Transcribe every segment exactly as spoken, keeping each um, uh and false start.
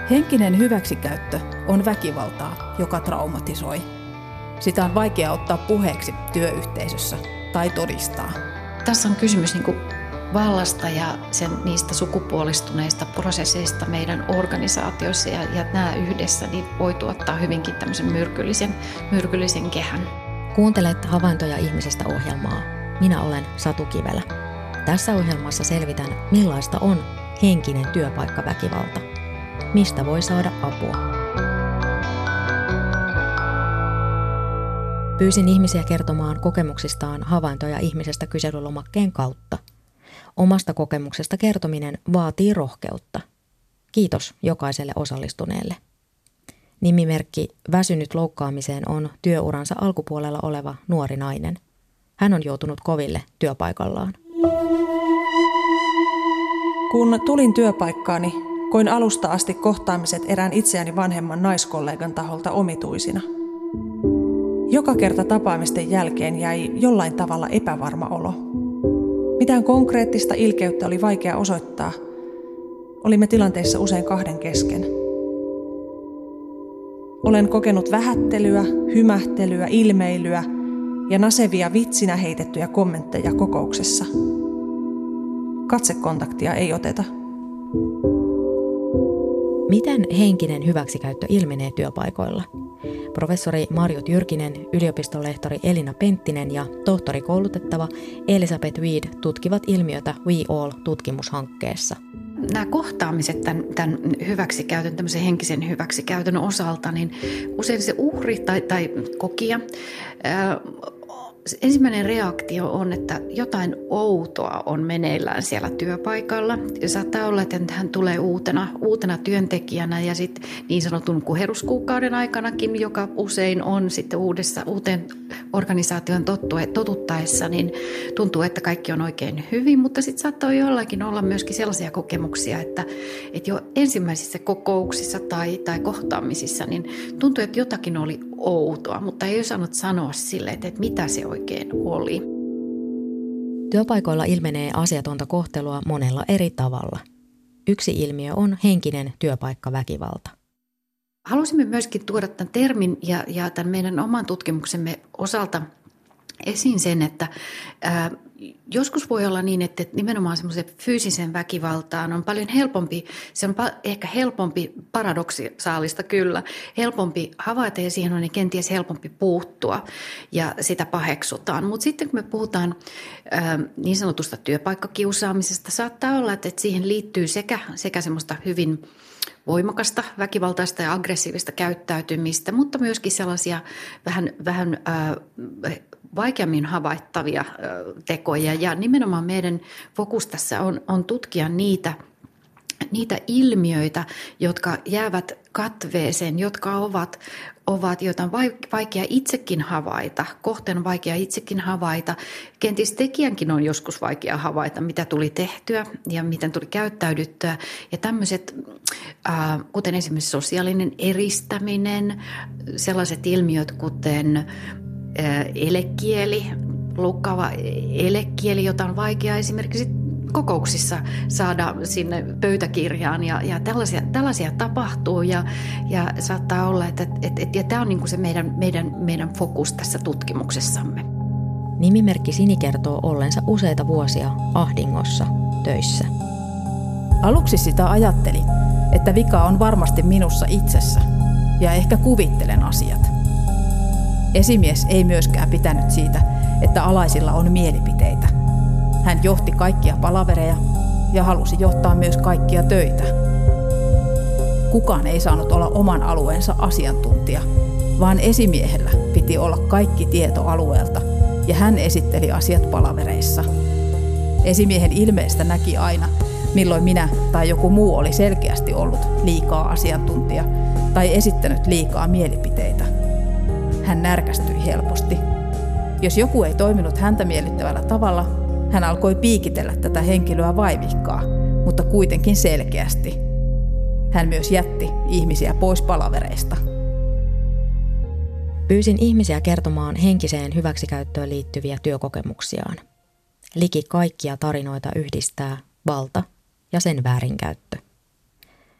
Henkinen hyväksikäyttö on väkivaltaa, joka traumatisoi. Sitä on vaikea ottaa puheeksi työyhteisössä tai todistaa. Tässä on kysymys niin kuin vallasta ja sen niistä sukupuolistuneista prosesseista meidän organisaatioissa ja, ja nämä yhdessä niin voi tuottaa hyvinkin tämmöisen myrkyllisen, myrkyllisen kehän. Kuuntelet Havaintoja ihmisestä -ohjelmaa. Minä olen Satu Kivelä. Tässä ohjelmassa selvitän, millaista on henkinen työpaikkaväkivalta. Mistä voi saada apua? Pyysin ihmisiä kertomaan kokemuksistaan Havaintoja ihmisestä -kyselylomakkeen kautta. Omasta kokemuksesta kertominen vaatii rohkeutta. Kiitos jokaiselle osallistuneelle. Nimimerkki Väsynyt loukkaamiseen on työuransa alkupuolella oleva nuori nainen. Hän on joutunut koville työpaikallaan. Kun tulin työpaikkaani, koin alusta asti kohtaamiset erään itseäni vanhemman naiskollegan taholta omituisina. Joka kerta tapaamisten jälkeen jäi jollain tavalla epävarma olo. Mitään konkreettista ilkeyttä oli vaikea osoittaa. Olimme tilanteissa usein kahden kesken. Olen kokenut vähättelyä, hymähtelyä, ilmeilyä ja nasevia vitsinä heitettyjä kommentteja kokouksessa. Katsekontaktia ei oteta. Miten henkinen hyväksikäyttö ilmenee työpaikoilla? Professori Marjut Jyrkinen, yliopistolehtori Elina Penttinen ja tohtorikoulutettava Elisabeth Weed tutkivat ilmiötä We All-tutkimushankkeessa. Nämä kohtaamiset tämän, tämän hyväksikäytön, tämmöisen henkisen hyväksikäytön osalta, niin usein se uhri tai, tai kokija, ää, ensimmäinen reaktio on, että jotain outoa on meneillään siellä työpaikalla. Ja saattaa olla, että hän tulee uutena, uutena työntekijänä ja sitten niin sanotun kuheruskuukauden aikanakin, joka usein on sitten uudessa, uuteen organisaation totuttaessa, niin tuntuu, että kaikki on oikein hyvin. Mutta sitten saattaa jollakin olla myöskin sellaisia kokemuksia, että, että jo ensimmäisissä kokouksissa tai, tai kohtaamisissa niin tuntuu, että jotakin oli outoa, mutta ei osannut sanoa sille, että mitä se oikein oli. Työpaikoilla ilmenee asiatonta kohtelua monella eri tavalla. Yksi ilmiö on henkinen työpaikkaväkivalta. Halusimme myöskin tuoda tämän termin ja, ja tämän meidän oman tutkimuksemme osalta esiin sen, että ää, joskus voi olla niin, että nimenomaan semmoisen fyysisen väkivaltaan on paljon helpompi, se on pa- ehkä helpompi, paradoksaalista kyllä, helpompi havaita ja siihen on kenties helpompi puuttua ja sitä paheksutaan. Mutta sitten kun me puhutaan ää, niin sanotusta työpaikkakiusaamisesta, saattaa olla, että siihen liittyy sekä, sekä semmoista hyvin voimakasta, väkivaltaista ja aggressiivista käyttäytymistä, mutta myöskin sellaisia vähän, vähän äh, vaikeammin havaittavia äh, tekoja. Ja nimenomaan meidän fokus tässä on, on tutkia niitä, niitä ilmiöitä, jotka jäävät katveeseen, jotka ovat, ovat joita on vaikea itsekin havaita. Kohteen on vaikea itsekin havaita. Kenties tekijänkin on joskus vaikea havaita, mitä tuli tehtyä ja miten tuli käyttäydyttyä. Ja tämmöiset, äh, kuten esimerkiksi sosiaalinen eristäminen, sellaiset ilmiöt kuten äh, elekieli, loukkaava elekieli, jota on vaikea esimerkiksi kokouksissa saada sinne pöytäkirjaan ja, ja tällaisia, tällaisia tapahtuu ja, ja saattaa olla, että et, et, ja tämä on niin kuin se meidän, meidän, meidän fokus tässä tutkimuksessamme. Nimimerkki Sini kertoo ollensa useita vuosia ahdingossa töissä. Aluksi sitä ajatteli, että vika on varmasti minussa itsessä ja ehkä kuvittelen asiat. Esimies ei myöskään pitänyt siitä, että alaisilla on mielipiteitä. Hän johti kaikkia palavereja ja halusi johtaa myös kaikkia töitä. Kukaan ei saanut olla oman alueensa asiantuntija, vaan esimiehellä piti olla kaikki tieto alueelta ja hän esitteli asiat palavereissa. Esimiehen ilmeestä näki aina, milloin minä tai joku muu oli selkeästi ollut liikaa asiantuntija tai esittänyt liikaa mielipiteitä. Hän närkästyi helposti. Jos joku ei toiminut häntä miellyttävällä tavalla, hän alkoi piikitellä tätä henkilöä vaivihkaa, mutta kuitenkin selkeästi. Hän myös jätti ihmisiä pois palavereista. Pyysin ihmisiä kertomaan henkiseen hyväksikäyttöön liittyviä työkokemuksiaan. Liki kaikkia tarinoita yhdistää valta ja sen väärinkäyttö.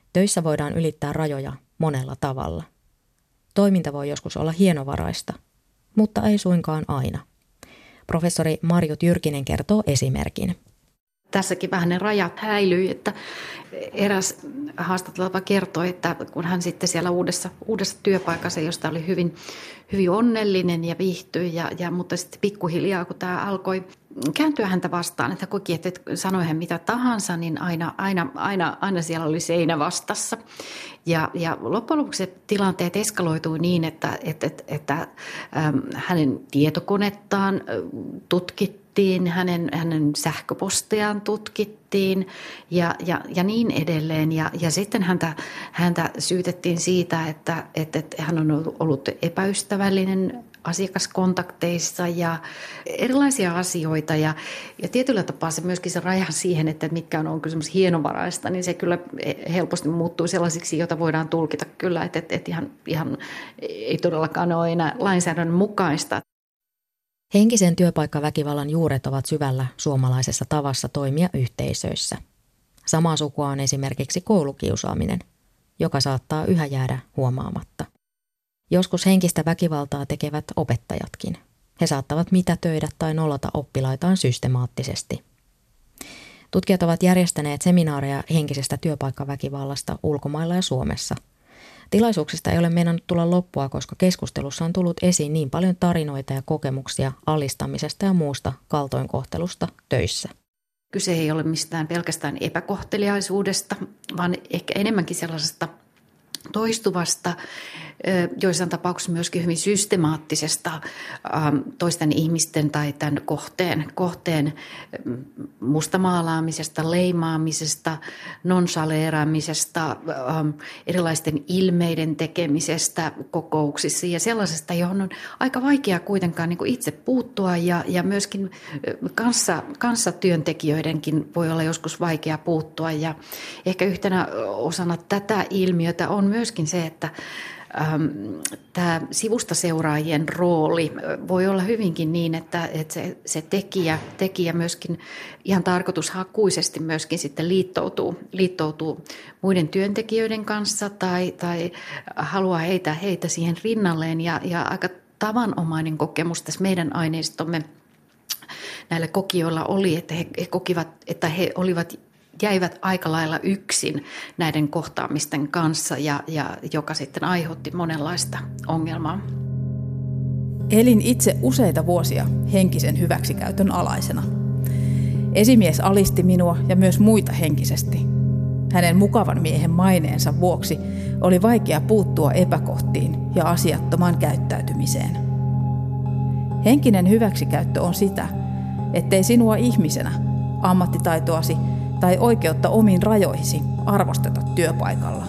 Töissä voidaan ylittää rajoja monella tavalla. Toiminta voi joskus olla hienovaraista, mutta ei suinkaan aina. Professori Marjut Jyrkinen kertoo esimerkin. Tässäkin vähän ne rajat häilyi, että eräs haastateltava kertoi, että kun hän sitten siellä uudessa, uudessa työpaikassa, josta oli hyvin, hyvin onnellinen ja viihtyi, ja, ja, mutta sitten pikkuhiljaa, kun tämä alkoi kääntyä häntä vastaan, että koki, että sanoi hän mitä tahansa, niin aina, aina, aina, aina siellä oli seinä vastassa. Ja, ja loppujen lopuksi tilanteet eskaloitui niin, että, että, että, että ähm, hänen tietokonettaan tutkittiin, hänen, hänen sähköposteaan tutkittiin ja, ja, ja niin edelleen. Ja, ja sitten häntä, häntä syytettiin siitä, että, että, että hän on ollut epäystävällinen asiakaskontakteissa ja erilaisia asioita. Ja, ja tietyllä tapaa se myöskin se raja siihen, että mitkä on, on kyllä semmoista hienovaraista, niin se kyllä helposti muuttuu sellaisiksi, jota voidaan tulkita kyllä, että, että, että ihan, ihan ei todellakaan ole enää lainsäädännön mukaista. Henkisen työpaikkaväkivallan juuret ovat syvällä suomalaisessa tavassa toimia yhteisöissä. Samaa sukua on esimerkiksi koulukiusaaminen, joka saattaa yhä jäädä huomaamatta. Joskus henkistä väkivaltaa tekevät opettajatkin. He saattavat mitätöidä tai nollata oppilaitaan systemaattisesti. Tutkijat ovat järjestäneet seminaareja henkisestä työpaikkaväkivallasta ulkomailla ja Suomessa. Tilaisuuksista ei ole meinannut tulla loppua, koska keskustelussa on tullut esiin niin paljon tarinoita ja kokemuksia alistamisesta ja muusta kaltoinkohtelusta töissä. Kyse ei ole mistään pelkästään epäkohteliaisuudesta, vaan ehkä enemmänkin sellaisesta toistuvasta, joissain tapauksissa myöskin hyvin systemaattisesta toisten ihmisten tai tämän kohteen, kohteen mustamaalaamisesta, leimaamisesta, nonsaleeraamisesta, erilaisten ilmeiden tekemisestä kokouksissa ja sellaisesta, johon on aika vaikea kuitenkaan niin kuin itse puuttua ja, ja myöskin kanssa, kanssatyöntekijöidenkin voi olla joskus vaikea puuttua ja ehkä yhtenä osana tätä ilmiötä on myöskin se, että ähm, tämä sivustaseuraajien rooli voi olla hyvinkin niin, että, että se, se tekijä, tekijä myöskin ihan tarkoitushakuisesti myöskin sitten liittoutuu, liittoutuu muiden työntekijöiden kanssa tai, tai haluaa heitä, heitä siihen rinnalleen ja, ja aika tavanomainen kokemus tässä meidän aineistomme näillä kokijoilla oli, että he, he kokivat, että he olivat jäivät aika lailla yksin näiden kohtaamisten kanssa, ja, ja joka sitten aiheutti monenlaista ongelmaa. Elin itse useita vuosia henkisen hyväksikäytön alaisena. Esimies alisti minua ja myös muita henkisesti. Hänen mukavan miehen maineensa vuoksi oli vaikea puuttua epäkohtiin ja asiattomaan käyttäytymiseen. Henkinen hyväksikäyttö on sitä, ettei sinua ihmisenä, ammattitaitoasi tai oikeutta omiin rajoihisi arvosteta työpaikalla.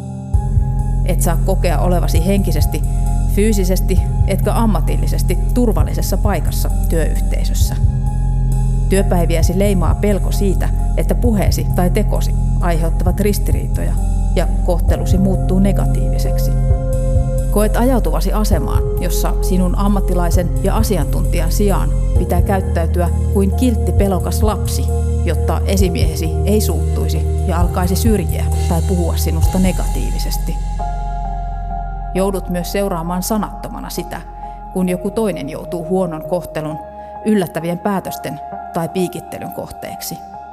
Et saa kokea olevasi henkisesti, fyysisesti etkä ammatillisesti turvallisessa paikassa työyhteisössä. Työpäiviäsi leimaa pelko siitä, että puheesi tai tekosi aiheuttavat ristiriitoja ja kohtelusi muuttuu negatiiviseksi. Koet ajautuvasi asemaan, jossa sinun ammattilaisen ja asiantuntijan sijaan pitää käyttäytyä kuin kiltti pelokas lapsi, jotta esimiehesi ei suuttuisi ja alkaisi syrjiä tai puhua sinusta negatiivisesti. Joudut myös seuraamaan sanattomana sitä, kun joku toinen joutuu huonon kohtelun, yllättävien päätösten tai piikittelyn kohteeksi.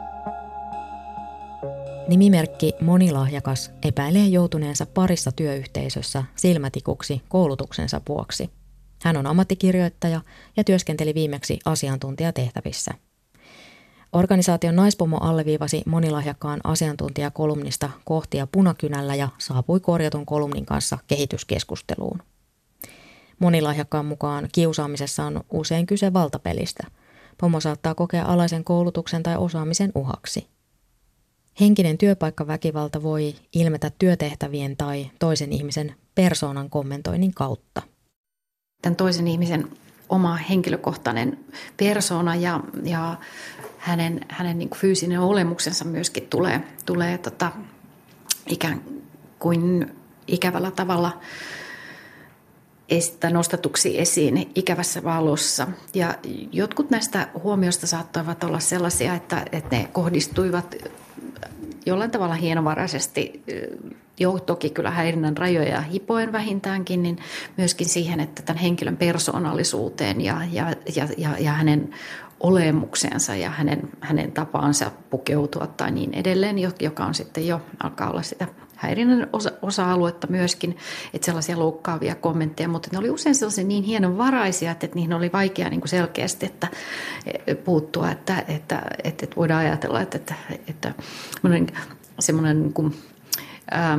Nimimerkki Monilahjakas epäilee joutuneensa parissa työyhteisössä silmätikuksi koulutuksensa vuoksi. Hän on ammattikirjoittaja ja työskenteli viimeksi asiantuntijatehtävissä. Organisaation naispomo alleviivasi Monilahjakkaan asiantuntijakolumnista kohtia punakynällä ja saapui korjatun kolumnin kanssa kehityskeskusteluun. Monilahjakkaan mukaan kiusaamisessa on usein kyse valtapelistä. Pomo saattaa kokea alaisen koulutuksen tai osaamisen uhaksi. Henkinen työpaikkaväkivalta voi ilmetä työtehtävien tai toisen ihmisen persoonan kommentoinnin kautta. Tämän toisen ihmisen oma henkilökohtainen persoona ja, ja hänen, hänen niin kuin fyysinen olemuksensa myöskin tulee, tulee tota, ikään kuin ikävällä tavalla esitä nostatuksi esiin ikävässä valossa. Ja jotkut näistä huomioista saattoivat olla sellaisia, että, että ne kohdistuivat jollain tavalla hienovaraisesti, jo toki kyllä häirinnän rajoja hipoen vähintäänkin, niin myöskin siihen, että tämän henkilön persoonallisuuteen ja, ja, ja, ja, ja hänen olemukseensa ja hänen, hänen tapaansa pukeutua tai niin edelleen, joka on sitten jo, alkaa olla sitä häirinnän osa, osa-aluetta myöskin, että sellaisia loukkaavia kommentteja, mutta ne oli usein sellaisia niin hienovaraisia, että niihin oli vaikea niin kuin selkeästi että, puuttua, että, että, että, että voidaan ajatella, että, että, että semmoinen niin kuin, ähm,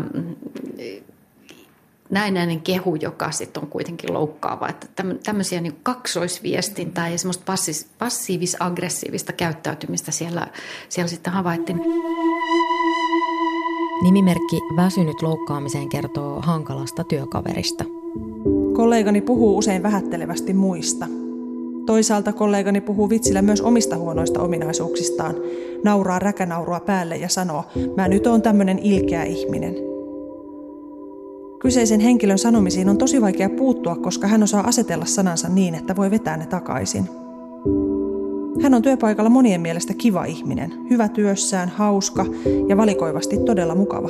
näennäinen kehu, joka sitten on kuitenkin loukkaava. Että tämmöisiä niin kaksoisviestintää ja semmoista passiivis-aggressiivista käyttäytymistä siellä, siellä sitten havaittiin. Nimimerkki Väsynyt loukkaamiseen kertoo hankalasta työkaverista. Kollegani puhuu usein vähättelevästi muista. Toisaalta kollegani puhuu vitsillä myös omista huonoista ominaisuuksistaan, nauraa räkänaurua päälle ja sanoo, mä nyt oon tämmönen ilkeä ihminen. Kyseisen henkilön sanomisiin on tosi vaikea puuttua, koska hän osaa asetella sanansa niin, että voi vetää ne takaisin. Hän on työpaikalla monien mielestä kiva ihminen, hyvä työssään, hauska ja valikoivasti todella mukava.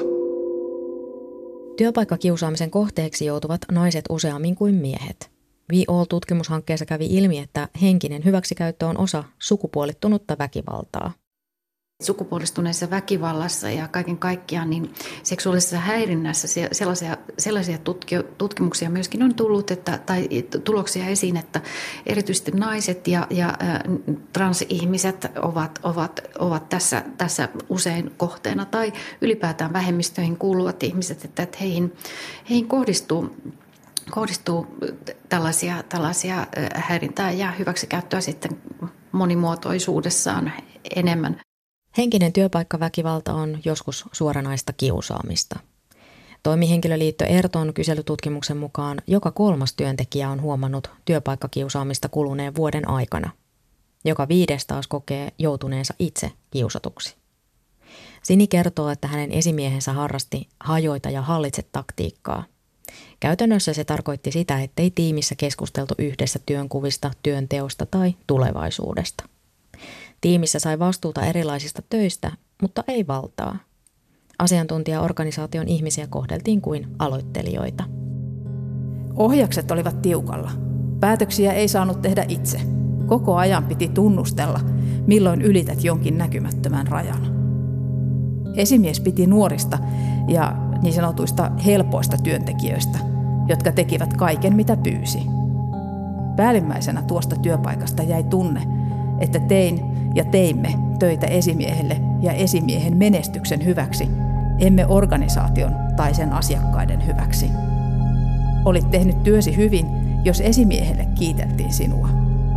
Työpaikkakiusaamisen kohteeksi joutuvat naiset useammin kuin miehet. We All-tutkimushankkeessa kävi ilmi, että henkinen hyväksikäyttö on osa sukupuolittunutta väkivaltaa. Sukupuolistuneessa väkivallassa ja kaiken kaikkiaan niin seksuaalisessa häirinnässä sellaisia, sellaisia tutki, tutkimuksia myöskin on tullut, että, tai tuloksia esiin, että erityisesti naiset ja, ja ä, transihmiset ovat, ovat, ovat tässä, tässä usein kohteena tai ylipäätään vähemmistöihin kuuluvat ihmiset, että, että heihin, heihin kohdistuu kohdistuu tällaisia, tällaisia häirintää ja hyväksikäyttöä sitten monimuotoisuudessaan enemmän. Henkinen työpaikkaväkivalta on joskus suoranaista kiusaamista. Toimihenkilöliitto Erton kyselytutkimuksen mukaan joka kolmas työntekijä on huomannut työpaikkakiusaamista kuluneen vuoden aikana. Joka viides taas kokee joutuneensa itse kiusatuksi. Sini kertoo, että hänen esimiehensä harrasti hajoita ja hallitse taktiikkaa. Käytännössä se tarkoitti sitä, ettei tiimissä keskusteltu yhdessä työnkuvista, työnteosta tai tulevaisuudesta. Tiimissä sai vastuuta erilaisista töistä, mutta ei valtaa. Asiantuntijaorganisaation ihmisiä kohdeltiin kuin aloittelijoita. Ohjakset olivat tiukalla. Päätöksiä ei saanut tehdä itse. Koko ajan piti tunnustella, milloin ylität jonkin näkymättömän rajan. Esimies piti nuorista ja niin sanotuista helpoista työntekijöistä, jotka tekivät kaiken mitä pyysi. Päällimmäisenä tuosta työpaikasta jäi tunne, että tein ja teimme töitä esimiehelle ja esimiehen menestyksen hyväksi, emme organisaation tai sen asiakkaiden hyväksi. Olit tehnyt työsi hyvin, jos esimiehelle kiiteltiin sinua.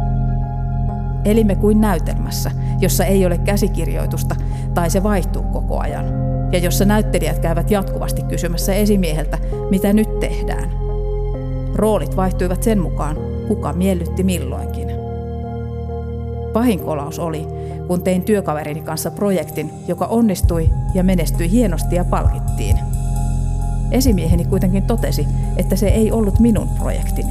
Elimme kuin näytelmässä, jossa ei ole käsikirjoitusta tai se vaihtuu koko ajan, ja jossa näyttelijät käyvät jatkuvasti kysymässä esimieheltä, mitä nyt tehdään. Roolit vaihtuivat sen mukaan, kuka miellytti milloinkin. Pahin kolaus oli, kun tein työkaverini kanssa projektin, joka onnistui ja menestyi hienosti ja palkittiin. Esimieheni kuitenkin totesi, että se ei ollut minun projektini.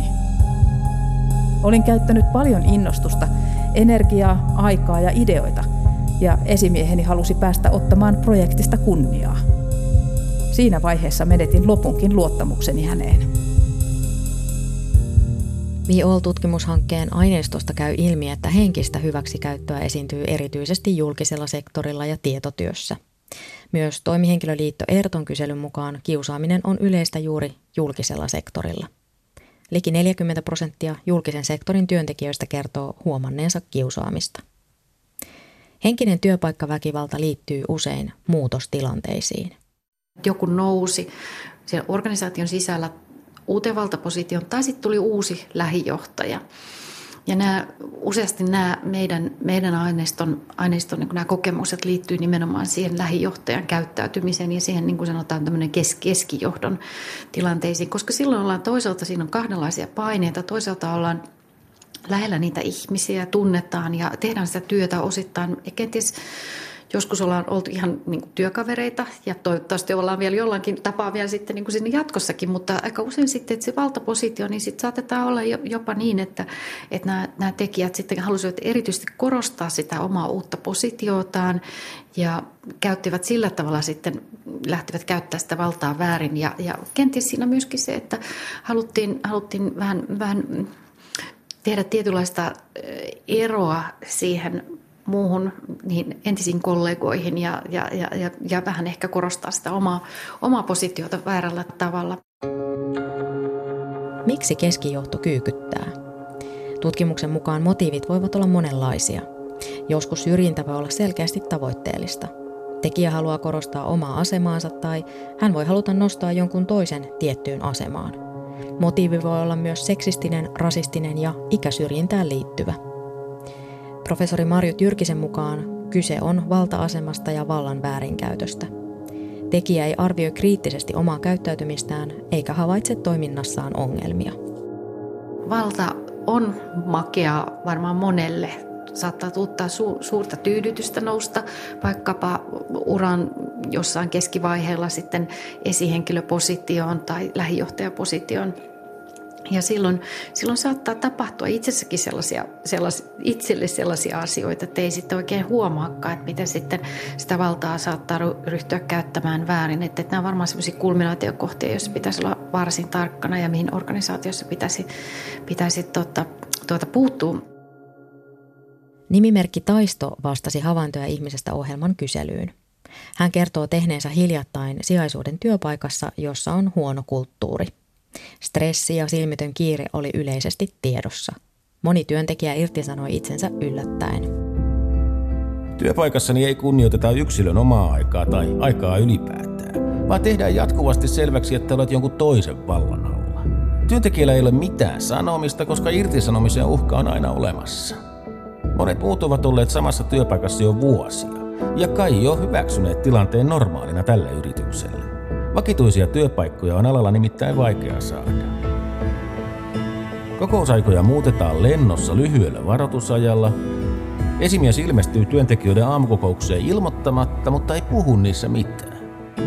Olin käyttänyt paljon innostusta, energiaa, aikaa ja ideoita, ja esimieheni halusi päästä ottamaan projektista kunniaa. Siinä vaiheessa menetin lopunkin luottamukseni häneen. We All-tutkimushankkeen aineistosta käy ilmi, että henkistä hyväksikäyttöä esiintyy erityisesti julkisella sektorilla ja tietotyössä. Myös Toimihenkilöliitto Erton kyselyn mukaan kiusaaminen on yleistä juuri julkisella sektorilla. Liki neljäkymmentä prosenttia julkisen sektorin työntekijöistä kertoo huomanneensa kiusaamista. Henkinen työpaikkaväkivalta liittyy usein muutostilanteisiin. Joku nousi siellä organisaation sisällä uuteen valtapositioon tai sitten tuli uusi lähijohtaja. Ja nämä, useasti nämä meidän, meidän aineiston, aineiston niin nämä kokemukset liittyy nimenomaan siihen lähijohtajan käyttäytymiseen ja siihen, niin kuin sanotaan, tämmöinen kes, keskijohdon tilanteisiin. Koska silloin ollaan toisaalta, siinä on kahdenlaisia paineita, toisaalta ollaan lähellä niitä ihmisiä, tunnetaan ja tehdään sitä työtä osittain ja kenties joskus ollaan oltu ihan niin kuin työkavereita ja toivottavasti ollaan vielä jollakin tapaa vielä sitten niin kuin sinne jatkossakin, mutta aika usein sitten, että se valtapositio, niin sitten saatetaan olla jopa niin, että, että nämä, nämä tekijät sitten halusivat erityisesti korostaa sitä omaa uutta positiotaan ja käyttivät sillä tavalla sitten, lähtivät käyttää sitä valtaa väärin ja, ja kenties siinä myöskin se, että haluttiin, haluttiin vähän, vähän tehdä tietynlaista eroa siihen muuhun niin entisiin kollegoihin ja, ja, ja, ja vähän ehkä korostaa sitä omaa, omaa positiota väärällä tavalla. Miksi keskijohto kyykyttää? Tutkimuksen mukaan motiivit voivat olla monenlaisia. Joskus syrjintä voi olla selkeästi tavoitteellista. Tekijä haluaa korostaa omaa asemaansa tai hän voi haluta nostaa jonkun toisen tiettyyn asemaan. Motiivi voi olla myös seksistinen, rasistinen ja ikäsyrjintään liittyvä. Professori Marjo Tyrkisen mukaan kyse on valta-asemasta ja vallan väärinkäytöstä. Tekijä ei arvioi kriittisesti omaa käyttäytymistään eikä havaitse toiminnassaan ongelmia. Valta on makea varmaan monelle. Saattaa tuottaa su- suurta tyydytystä nousta vaikkapa uran jossain keskivaiheella sitten esihenkilöpositioon tai lähijohtajapositioon. Ja silloin, silloin saattaa tapahtua itsessäkin sellaisia, sellaisia, itselle sellaisia asioita, että ei sitten oikein huomaakaan, että miten sitten sitä valtaa saattaa ryhtyä käyttämään väärin. Että, että nämä on varmaan sellaisia kulminaatiokohtia, joissa pitäisi olla varsin tarkkana ja mihin organisaatiossa pitäisi, pitäisi tuota, tuota puuttua. Nimimerkki Taisto vastasi Havaintoja ihmisestä -ohjelman kyselyyn. Hän kertoo tehneensä hiljattain sijaisuuden työpaikassa, jossa on huono kulttuuri. Stressi ja silmitön kiire oli yleisesti tiedossa. Moni työntekijä irtisanoi itsensä yllättäen. Työpaikassani ei kunnioiteta yksilön omaa aikaa tai aikaa ylipäätään, vaan tehdään jatkuvasti selväksi, että olet jonkun toisen vallan alla. Työntekijällä ei ole mitään sanomista, koska irtisanomisen uhka on aina olemassa. Monet muut ovat olleet samassa työpaikassa jo vuosia ja kai jo hyväksyneet tilanteen normaalina tälle yritykselle. Vakituisia työpaikkoja on alalla nimittäin vaikea saada. Kokousaikoja muutetaan lennossa lyhyellä varoitusajalla. Esimies ilmestyy työntekijöiden aamukokoukseen ilmoittamatta, mutta ei puhu niissä mitään.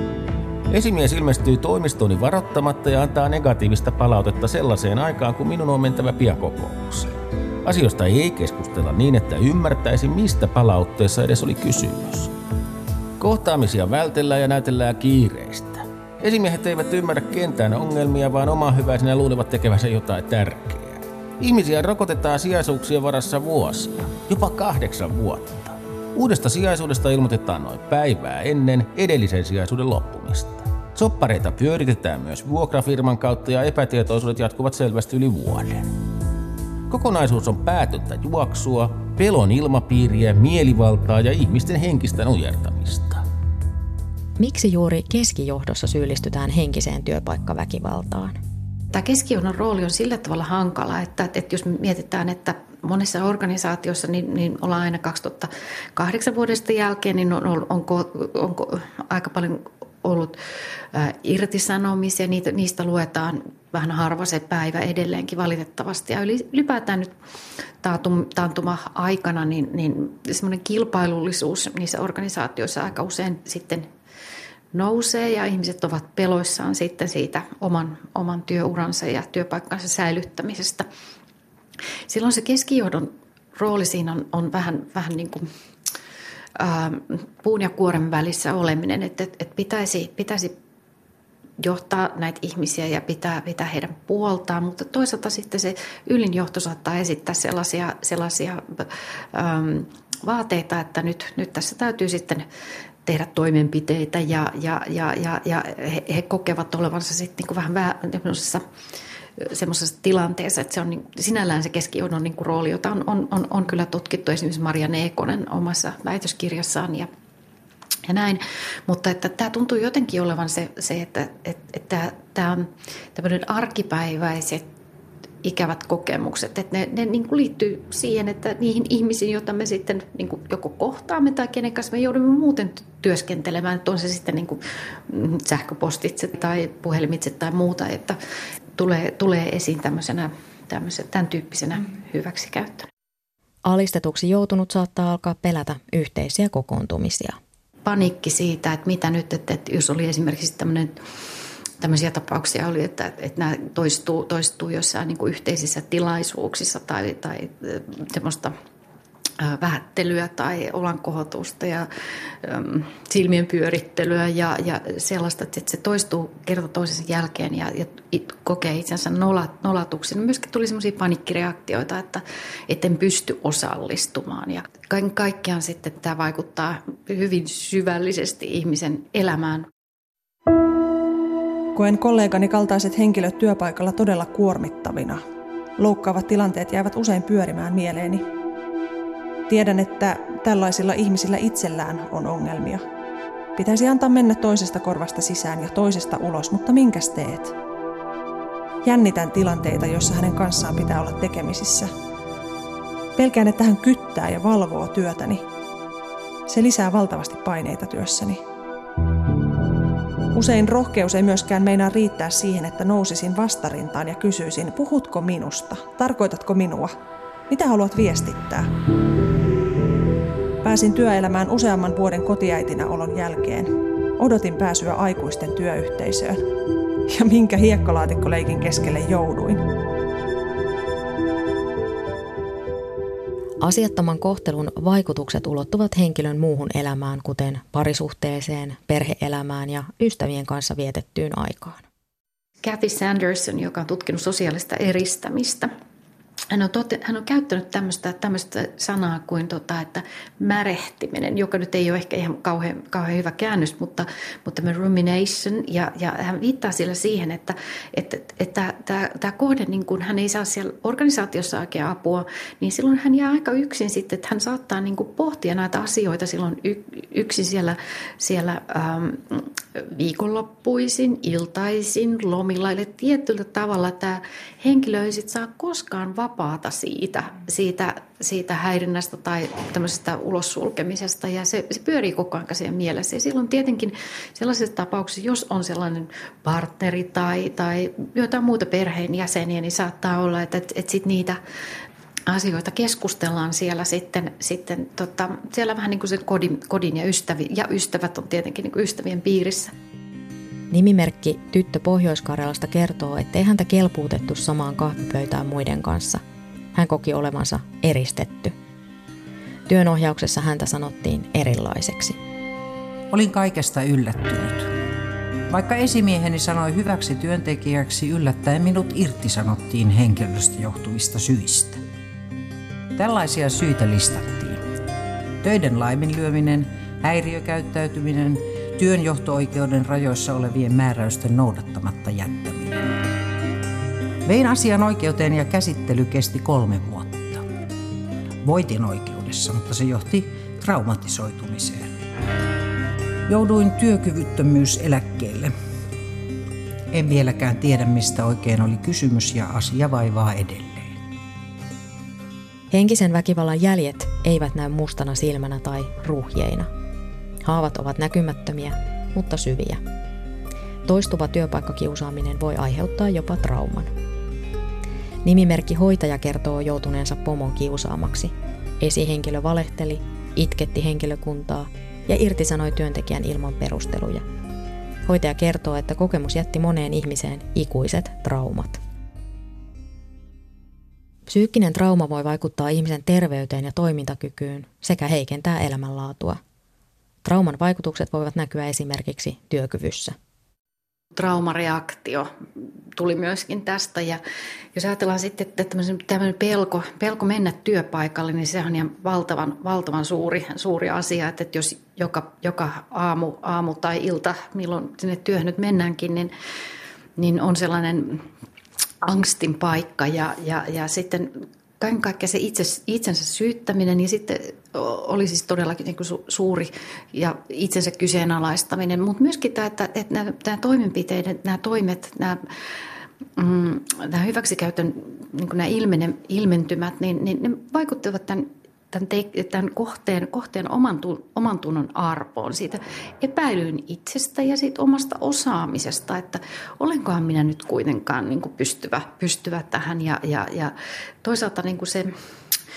Esimies ilmestyy toimistooni varoittamatta ja antaa negatiivista palautetta sellaiseen aikaan, kun minun on mentävä pian kokoukseen. Asioista ei keskustella niin, että ymmärtäisi, mistä palautteessa edes oli kysymys. Kohtaamisia vältellään ja näytellään kiireistä. Esimiehet eivät ymmärrä kentän ongelmia, vaan omaa hyväisenä luulevat tekevänsä jotain tärkeää. Ihmisiä rokotetaan sijaisuuksien varassa vuosia, jopa kahdeksan vuotta. Uudesta sijaisuudesta ilmoitetaan noin päivää ennen edellisen sijaisuuden loppumista. Soppareita pyöritetään myös vuokrafirman kautta ja epätietoisuudet jatkuvat selvästi yli vuoden. Kokonaisuus on päätöntä juoksua, pelon ilmapiiriä, mielivaltaa ja ihmisten henkistä nujertamista. Miksi juuri keskijohdossa syyllistytään henkiseen työpaikkaväkivaltaan? Tämä keskijohdon rooli on sillä tavalla hankala, että, että jos mietitään, että monessa organisaatiossa niin, niin ollaan aina kaksituhattakahdeksan vuodesta jälkeen, niin on, onko, onko aika paljon ollut ää, irtisanomisia, niitä, niistä luetaan vähän harva se päivä edelleenkin valitettavasti. Ja ylipäätään nyt taantuma-aikana niin, niin semmoinen kilpailullisuus niissä organisaatioissa aika usein sitten nousee ja ihmiset ovat peloissaan sitten siitä oman, oman työuransa ja työpaikkansa säilyttämisestä. Silloin se keskijohdon rooli siinä on, on vähän, vähän niin kuin ää, puun ja kuoren välissä oleminen, että, että pitäisi, pitäisi johtaa näitä ihmisiä ja pitää, pitää heidän puoltaan, mutta toisaalta sitten se ylin johto saattaa esittää sellaisia, sellaisia äm, vaateita, että nyt, nyt tässä täytyy sitten tehdä toimenpiteitä ja, ja, ja, ja, ja he, he kokevat olevansa sitten niin kuin vähän semmoisessa, semmoisessa tilanteessa, että se on niin, sinällään se keskijohdon niin kuin rooli, jota on, on, on, on kyllä tutkittu esimerkiksi Marianne Ekonen omassa väitöskirjassaan ja, ja näin, mutta että tämä tuntuu jotenkin olevan se, se että, että, että tämä on tämmöinen arkipäiväiset ikävät kokemukset, että ne, ne niin kuin liittyy siihen, että niihin ihmisiin, joita me sitten niin kuin joko kohtaamme tai kenen kanssa me joudumme muuten työskentelemään, että on se sitten niin kuin sähköpostitse tai puhelimitse tai muuta, että tulee, tulee esiin tämmöisenä, tämmöisenä, tämän tyyppisenä hyväksikäyttönä. Alistetuksi joutunut saattaa alkaa pelätä yhteisiä kokoontumisia. Panikki siitä, että mitä nyt, että, että jos oli esimerkiksi tämmöinen, tämmöisiä tapauksia oli, että, että nämä toistuu, toistuu jossain niin kuin yhteisissä tilaisuuksissa tai, tai semmoista vähättelyä tai olankohotusta ja äm, silmien pyörittelyä ja, ja sellaista, että se toistuu kerta toisensa jälkeen ja, ja kokee itsensä nolat, nolatuksi. No myöskin tuli semmoisia panikkireaktioita, että en pysty osallistumaan ja kaiken kaikkiaan sitten tämä vaikuttaa hyvin syvällisesti ihmisen elämään. Koen kollegani kaltaiset henkilöt työpaikalla todella kuormittavina. Loukkaavat tilanteet jäävät usein pyörimään mieleeni. Tiedän, että tällaisilla ihmisillä itsellään on ongelmia. Pitäisi antaa mennä toisesta korvasta sisään ja toisesta ulos, mutta minkäs teet? Jännitän tilanteita, joissa hänen kanssaan pitää olla tekemisissä. Pelkään, että hän kyttää ja valvoo työtäni. Se lisää valtavasti paineita työssäni. Usein rohkeus ei myöskään meinaa riittää siihen, että nousisin vastarintaan ja kysyisin, puhutko minusta? Tarkoitatko minua? Mitä haluat viestittää? Pääsin työelämään useamman vuoden kotiäitinä olon jälkeen. Odotin pääsyä aikuisten työyhteisöön. Ja minkä hiekkalaatikkoleikin keskelle jouduin. Asiattoman kohtelun vaikutukset ulottuvat henkilön muuhun elämään, kuten parisuhteeseen, perhe-elämään ja ystävien kanssa vietettyyn aikaan. Kathy Sanderson, joka on tutkinut sosiaalista eristämistä, Hän on, tote, hän on käyttänyt tämmöistä, tämmöistä sanaa kuin tota, että märehtiminen, joka nyt ei ole ehkä ihan kauhean, kauhean hyvä käännös, mutta, mutta tämä rumination, ja, ja hän viittaa sillä siihen, että, että, että tämä, tämä kohde, niin kun hän ei saa siellä organisaatiossa oikein apua, niin silloin hän jää aika yksin sitten, että hän saattaa niin kuin pohtia näitä asioita silloin yksin siellä, siellä ähm, viikonloppuisin, iltaisin, lomilla, eli tietyllä tavalla tämä henkilö ei sitten saa koskaan vapaata siitä, siitä, siitä häirinnästä tai tämmöisestä ulossulkemisesta ja se, se pyörii koko ajan siellä mielessä. Ja silloin tietenkin sellaisessa tapauksessa, jos on sellainen partneri tai, tai jotain muuta perheenjäseniä, niin saattaa olla, että, että, että sit niitä asioita keskustellaan siellä sitten, sitten tota, siellä vähän niin kuin sen kodin, kodin ja, ystävi, ja ystävät on tietenkin niin kuin ystävien piirissä. Nimimerkki Tyttö Pohjois-Karjalasta kertoo, ettei häntä kelpuutettu samaan kahvipöytään muiden kanssa. Hän koki olevansa eristetty. Työnohjauksessa häntä sanottiin erilaiseksi. Olin kaikesta yllättynyt. Vaikka esimieheni sanoi hyväksi työntekijäksi, yllättäen minut irtisanottiin henkilöstä johtuvista syistä. Tällaisia syitä listattiin. Töiden laiminlyöminen, häiriökäyttäytyminen, työnjohto-oikeuden rajoissa olevien määräysten noudattamatta jättäminen. Vein asian oikeuteen ja käsittely kesti kolme vuotta. Voitin oikeudessa, mutta se johti traumatisoitumiseen. Jouduin työkyvyttömyyseläkkeelle. En vieläkään tiedä, mistä oikein oli kysymys ja asia vaivaa edelleen. Henkisen väkivallan jäljet eivät näy mustana silmänä tai ruhjeina. Haavat ovat näkymättömiä, mutta syviä. Toistuva työpaikkakiusaaminen voi aiheuttaa jopa trauman. Nimimerkki Hoitaja kertoo joutuneensa pomon kiusaamaksi. Esihenkilö valehteli, itketti henkilökuntaa ja irtisanoi työntekijän ilman perusteluja. Hoitaja kertoo, että kokemus jätti moneen ihmiseen ikuiset traumat. Psyykkinen trauma voi vaikuttaa ihmisen terveyteen ja toimintakykyyn sekä heikentää elämänlaatua. Trauman vaikutukset voivat näkyä esimerkiksi työkyvyssä. Traumareaktio tuli myöskin tästä ja jos ajatellaan sitten, että tämmöinen pelko, pelko mennä työpaikalle, niin se on ihan valtavan, valtavan suuri, suuri asia, että jos joka, joka aamu, aamu tai ilta, milloin sinne työhön nyt mennäänkin, niin, niin on sellainen angstin paikka ja, ja, ja sitten kaiken kaikkiaan se itse, itsensä syyttäminen ja sitten oli siis todellakin niin kuin su, suuri ja itsensä kyseenalaistaminen, mutta myöskin tämä, että, että nämä, nämä toimenpiteet, nämä toimet, nämä, mm, nämä hyväksikäytön niin kuin nämä ilmene, ilmentymät, niin, niin ne vaikuttavat tämän, tämän, te, tämän kohteen, kohteen oman, oman tunnon arvoon, siitä epäilyyn itsestä ja siitä omasta osaamisesta, että olenkohan minä nyt kuitenkaan niin kuin pystyvä, pystyvä tähän ja, ja, ja toisaalta niin kuin se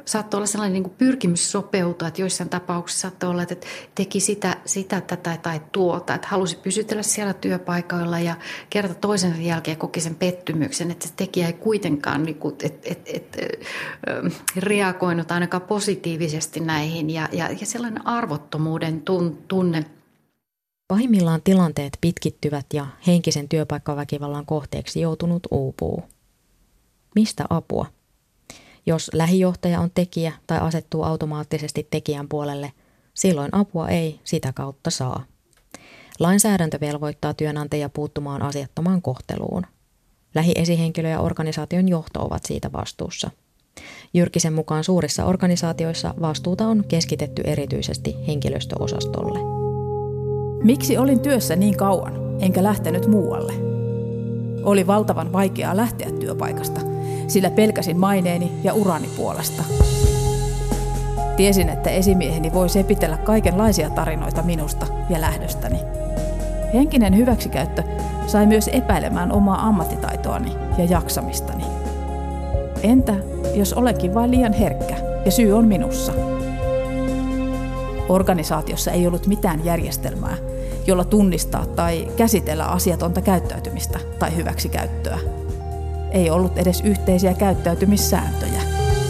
saattoi olla sellainen niin kuin pyrkimys sopeutua, että joissain tapauksissa saattoi olla, että teki sitä, sitä tätä tai tuota, että halusi pysytellä siellä työpaikoilla ja kerta toisensa jälkeen koki sen pettymyksen, että se tekijä ei kuitenkaan niin kuin, et, et, et, reagoinut ainakaan positiivisesti näihin ja, ja, ja sellainen arvottomuuden tunne. Pahimmillaan tilanteet pitkittyvät ja henkisen työpaikkaväkivallan kohteeksi joutunut uupuu. Mistä apua? Jos lähijohtaja on tekijä tai asettuu automaattisesti tekijän puolelle, silloin apua ei sitä kautta saa. Lainsäädäntö velvoittaa työnantajia puuttumaan asiattomaan kohteluun. Lähiesihenkilö ja organisaation johto ovat siitä vastuussa. Jyrkisen mukaan suurissa organisaatioissa vastuuta on keskitetty erityisesti henkilöstöosastolle. Miksi olin työssä niin kauan, enkä lähtenyt muualle? Oli valtavan vaikeaa lähteä työpaikasta, sillä pelkäsin maineeni ja urani puolesta. Tiesin, että esimieheni voi sepitellä kaikenlaisia tarinoita minusta ja lähdöstäni. Henkinen hyväksikäyttö sai myös epäilemään omaa ammattitaitoani ja jaksamistani. Entä jos olenkin vain liian herkkä ja syy on minussa? Organisaatiossa ei ollut mitään järjestelmää, jolla tunnistaa tai käsitellä asiatonta käyttäytymistä tai hyväksikäyttöä. Ei ollut edes yhteisiä käyttäytymissääntöjä.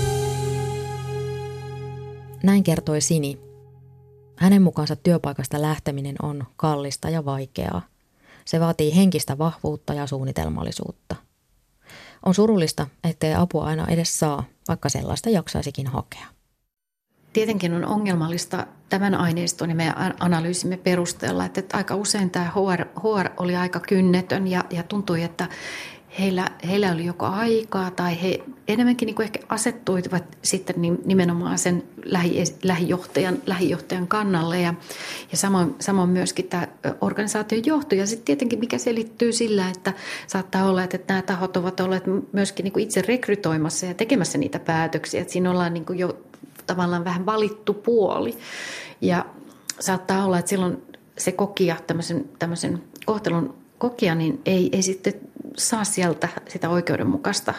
Näin kertoi Sini. Hänen mukaansa työpaikasta lähteminen on kallista ja vaikeaa. Se vaatii henkistä vahvuutta ja suunnitelmallisuutta. On surullista, ettei apua aina edes saa, vaikka sellaista jaksaisikin hakea. Tietenkin on ongelmallista tämän aineiston ja meidän analyysimme perusteella, että aika usein tämä H R, H R oli aika kynnetön ja, ja tuntui, että heillä, heillä oli joko aikaa tai he enemmänkin niin kuin ehkä asettuivat sitten nimenomaan sen lähi, lähijohtajan, lähijohtajan kannalle ja, ja samoin, samoin myöskin tämä organisaation johto. Ja sitten tietenkin mikä selittyy sillä, että saattaa olla, että nämä tahot ovat olleet myöskin niin kuin itse rekrytoimassa ja tekemässä niitä päätöksiä, että siinä ollaan niin kuin jo tavallaan vähän valittu puoli ja saattaa olla, että silloin se kokija, tämmöisen, tämmöisen kohtelun kokija, niin ei, ei sitten saa sieltä sitä oikeudenmukaista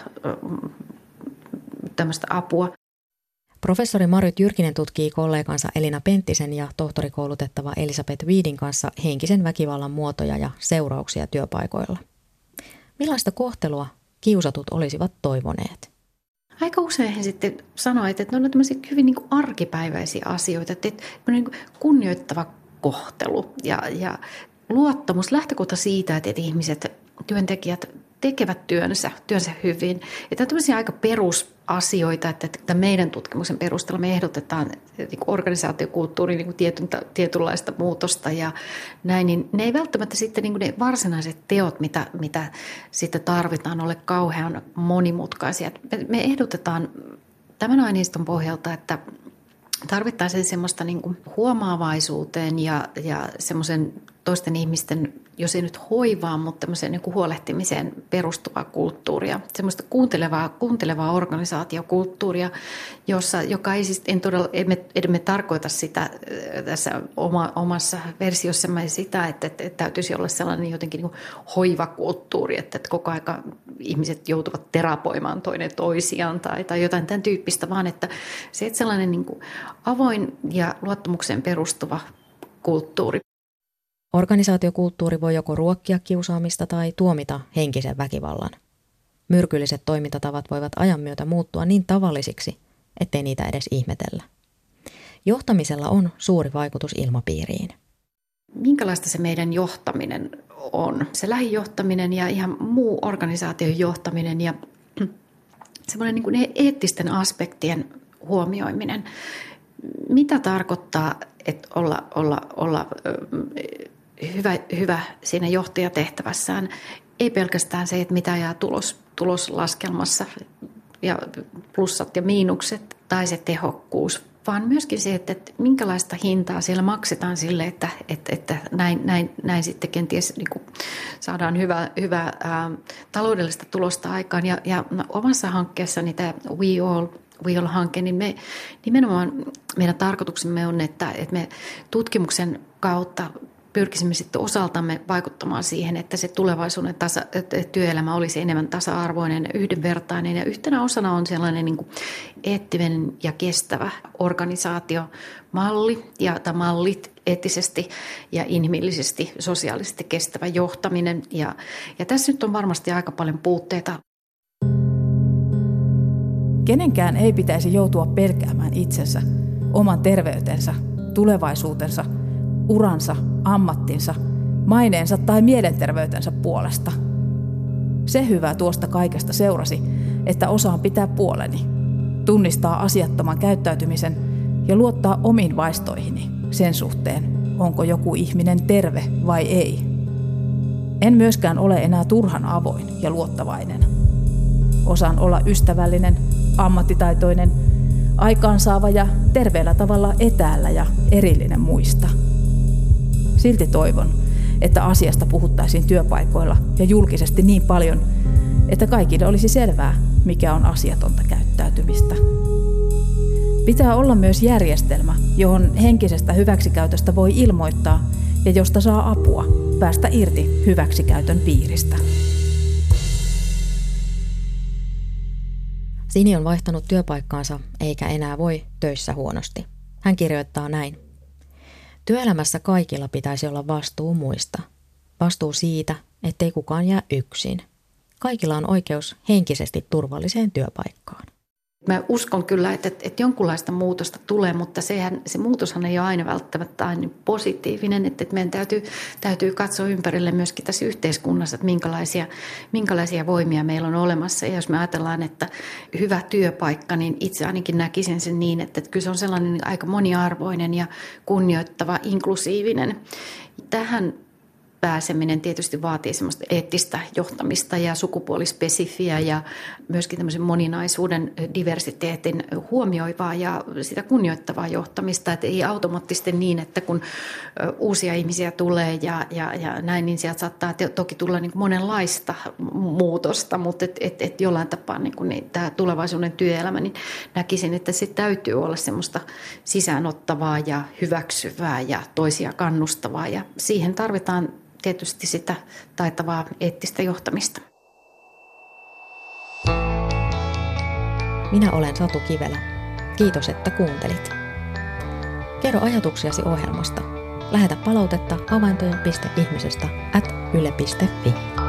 tämmöistä apua. Professori Marjut Jyrkinen tutkii kollegansa Elina Penttisen ja tohtorikoulutettava Elisabeth Weedin kanssa henkisen väkivallan muotoja ja seurauksia työpaikoilla. Millaista kohtelua kiusatut olisivat toivoneet? Aika usein he sitten sanoivat, että ne on tämmöisiä hyvin niin kuin arkipäiväisiä asioita, että niin kuin kunnioittava kohtelu ja, ja luottamus, lähtökohta siitä, että ihmiset, työntekijät tekevät työnsä, työnsä hyvin. Ja tämä on tämmöisiä aika perusasioita, että, että meidän tutkimuksen perusteella me ehdotetaan niin organisaatiokulttuuriin niin tietyn, tietynlaista muutosta ja näin, niin ne ei välttämättä sitten niin ne varsinaiset teot, mitä, mitä sitten tarvitaan, ole kauhean monimutkaisia. Me, me ehdotetaan tämän aineiston pohjalta, että tarvittaisiin semmoista niin kuin huomaavaisuuteen ja, ja semmoisen toisten ihmisten, jos ei nyt hoivaa, mutta tämmöiseen niin kuin huolehtimiseen perustuvaa kulttuuria. Semmoista kuuntelevaa, kuuntelevaa organisaatiokulttuuria, jossa, joka ei siis, en todella, emme, emme tarkoita sitä tässä oma, omassa versiossamme sitä, että, että, että täytyisi olla sellainen jotenkin niin kuin hoivakulttuuri, että, että koko aika ihmiset joutuvat terapoimaan toinen toisiaan tai, tai jotain tämän tyyppistä, vaan että se, että sellainen niin kuin avoin ja luottamukseen perustuva kulttuuri. Organisaatiokulttuuri voi joko ruokkia kiusaamista tai tuomita henkisen väkivallan. Myrkylliset toimintatavat voivat ajan myötä muuttua niin tavallisiksi, ettei niitä edes ihmetellä. Johtamisella on suuri vaikutus ilmapiiriin. Minkälaista se meidän johtaminen on? Se lähijohtaminen ja ihan muu organisaation johtaminen ja semmoinen niin kuin eettisten aspektien huomioiminen. Mitä tarkoittaa, että olla, olla, olla hyvä, hyvä siinä johtajatehtävässään? Ei pelkästään se, että mitä jää tulos, tuloslaskelmassa ja plussat ja miinukset tai se tehokkuus, vaan myöskin se, että, että minkälaista hintaa siellä maksetaan sille, että, että, että näin, näin, näin sitten kenties niin kuin saadaan hyvää, hyvää ää, taloudellista tulosta aikaan. Ja, ja omassa hankkeessani tämä We All We All-hanke, niin me nimenomaan meidän tarkoituksemme on, että, että me tutkimuksen kautta pyrkisimme sitten osaltamme vaikuttamaan siihen, että se tulevaisuuden tasa, että työelämä olisi enemmän tasa-arvoinen ja yhdenvertainen. Ja yhtenä osana on sellainen niin kuin eettinen ja kestävä organisaatiomalli ja tai mallit eettisesti ja inhimillisesti, sosiaalisesti kestävä johtaminen. Ja, ja tässä nyt on varmasti aika paljon puutteita. Kenenkään ei pitäisi joutua pelkäämään itsensä, oman terveytensä, tulevaisuutensa, uransa, ammattinsa, maineensa tai mielenterveytensä puolesta. Se hyvä tuosta kaikesta seurasi, että osaan pitää puoleni, tunnistaa asiattoman käyttäytymisen ja luottaa omiin vaistoihini sen suhteen, onko joku ihminen terve vai ei. En myöskään ole enää turhan avoin ja luottavainen. Osaan olla ystävällinen, ammattitaitoinen, aikaansaava ja terveellä tavalla etäällä ja erillinen muista. Silti toivon, että asiasta puhuttaisiin työpaikoilla ja julkisesti niin paljon, että kaikille olisi selvää, mikä on asiatonta käyttäytymistä. Pitää olla myös järjestelmä, johon henkisestä hyväksikäytöstä voi ilmoittaa ja josta saa apua päästä irti hyväksikäytön piiristä. Sini on vaihtanut työpaikkaansa eikä enää voi töissä huonosti. Hän kirjoittaa näin. Työelämässä kaikilla pitäisi olla vastuu muista. Vastuu siitä, ettei kukaan jää yksin. Kaikilla on oikeus henkisesti turvalliseen työpaikkaan. Mä uskon kyllä, että, että jonkunlaista muutosta tulee, mutta sehän, se muutoshan ei ole aina välttämättä aina positiivinen. Että, että meidän täytyy, täytyy katsoa ympärille myöskin tässä yhteiskunnassa, että minkälaisia, minkälaisia voimia meillä on olemassa. Ja jos me ajatellaan, että hyvä työpaikka, niin itse ainakin näkisin sen niin, että, että kyllä se on sellainen aika moniarvoinen ja kunnioittava, inklusiivinen. Tähän pääseminen tietysti vaatii semmoista eettistä johtamista ja sukupuolispesifiä ja myöskin tämmöisen moninaisuuden, diversiteetin huomioivaa ja sitä kunnioittavaa johtamista. Että ei automaattisesti niin, että kun uusia ihmisiä tulee ja, ja, ja näin, niin sieltä saattaa toki tulla niin kuin monenlaista muutosta, mutta et, et, et jollain tapaa niin kuin niin, tämä tulevaisuuden työelämä, niin näkisin, että se täytyy olla semmoista sisäänottavaa ja hyväksyvää ja toisia kannustavaa ja siihen tarvitaan tietysti sitä taitavaa eettistä johtamista. Minä olen Satu Kivelä. Kiitos, että kuuntelit. Kerro ajatuksiasi ohjelmasta. Lähetä palautetta havaintoja piste ihmisestä at yle piste fi.